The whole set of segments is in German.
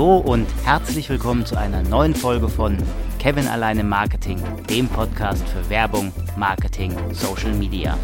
Hallo und herzlich willkommen zu einer neuen Folge von Kevin allein im Marketing, dem Podcast für Werbung, Marketing, Social Media.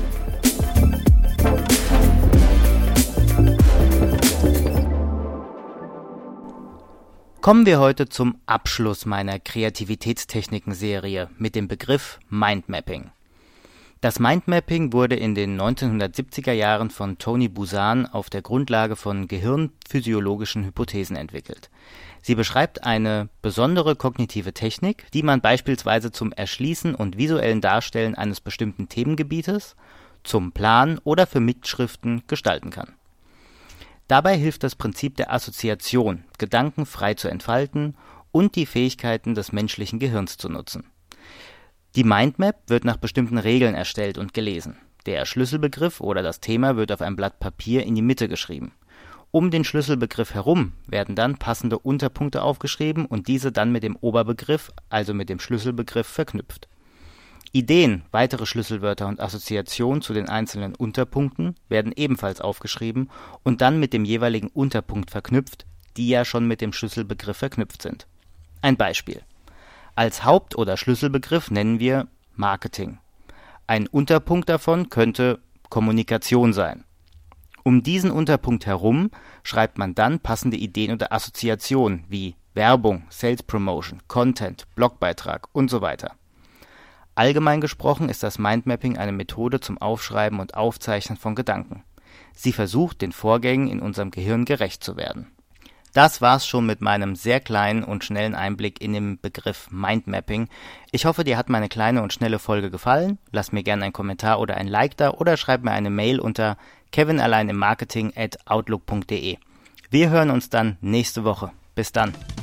Kommen wir heute zum Abschluss meiner Kreativitätstechniken-Serie mit dem Begriff Mindmapping. Das Mindmapping wurde in den 1970er Jahren von Tony Buzan auf der Grundlage von gehirnphysiologischen Hypothesen entwickelt. Sie beschreibt eine besondere kognitive Technik, die man beispielsweise zum Erschließen und visuellen Darstellen eines bestimmten Themengebietes, zum Planen oder für Mitschriften gestalten kann. Dabei hilft das Prinzip der Assoziation, Gedanken frei zu entfalten und die Fähigkeiten des menschlichen Gehirns zu nutzen. Die Mindmap wird nach bestimmten Regeln erstellt und gelesen. Der Schlüsselbegriff oder das Thema wird auf ein Blatt Papier in die Mitte geschrieben. Um den Schlüsselbegriff herum werden dann passende Unterpunkte aufgeschrieben und diese dann mit dem Oberbegriff, also mit dem Schlüsselbegriff, verknüpft. Ideen, weitere Schlüsselwörter und Assoziationen zu den einzelnen Unterpunkten werden ebenfalls aufgeschrieben und dann mit dem jeweiligen Unterpunkt verknüpft, die ja schon mit dem Schlüsselbegriff verknüpft sind. Ein Beispiel. Als Haupt- oder Schlüsselbegriff nennen wir Marketing. Ein Unterpunkt davon könnte Kommunikation sein. Um diesen Unterpunkt herum schreibt man dann passende Ideen oder Assoziationen wie Werbung, Sales Promotion, Content, Blogbeitrag und so weiter. Allgemein gesprochen ist das Mindmapping eine Methode zum Aufschreiben und Aufzeichnen von Gedanken. Sie versucht, den Vorgängen in unserem Gehirn gerecht zu werden. Das war's schon mit meinem sehr kleinen und schnellen Einblick in den Begriff Mindmapping. Ich hoffe, dir hat meine kleine und schnelle Folge gefallen. Lass mir gerne einen Kommentar oder ein Like da oder schreib mir eine Mail unter kevinalleinimmarketing@outlook.de. Wir hören uns dann nächste Woche. Bis dann.